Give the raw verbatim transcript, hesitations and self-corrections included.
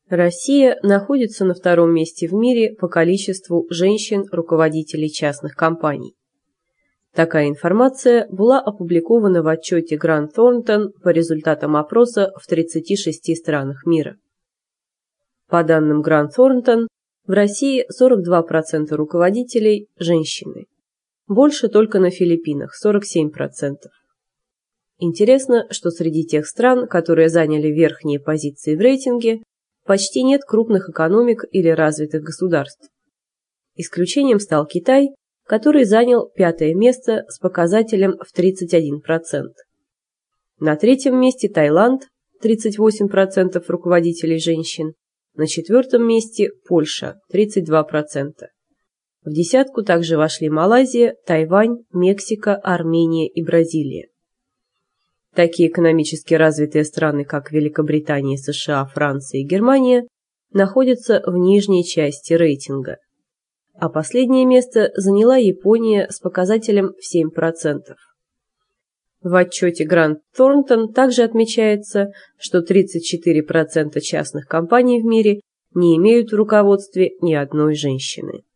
Россия находится на втором месте в мире по количеству женщин-руководителей частных компаний. Такая информация была опубликована в отчете Грант Thornton по результатам опроса в тридцати шести странах мира. По данным Грант Thornton, в России сорок два процента руководителей – женщины. Больше только на Филиппинах – сорок семь процентов. Интересно, что среди тех стран, которые заняли верхние позиции в рейтинге, почти нет крупных экономик или развитых государств. Исключением стал Китай, который занял пятое место с показателем в тридцать один процент. На третьем месте Таиланд, тридцать восемь процентов руководителей женщин, на четвертом месте Польша, тридцать два процента. В десятку также вошли Малайзия, Тайвань, Мексика, Армения и Бразилия. Такие экономически развитые страны, как Великобритания, США, Франция и Германия, находятся в нижней части рейтинга. А последнее место заняла Япония с показателем в семь процентов. В отчете Грант Thornton также отмечается, что тридцать четыре процента частных компаний в мире не имеют в руководстве ни одной женщины.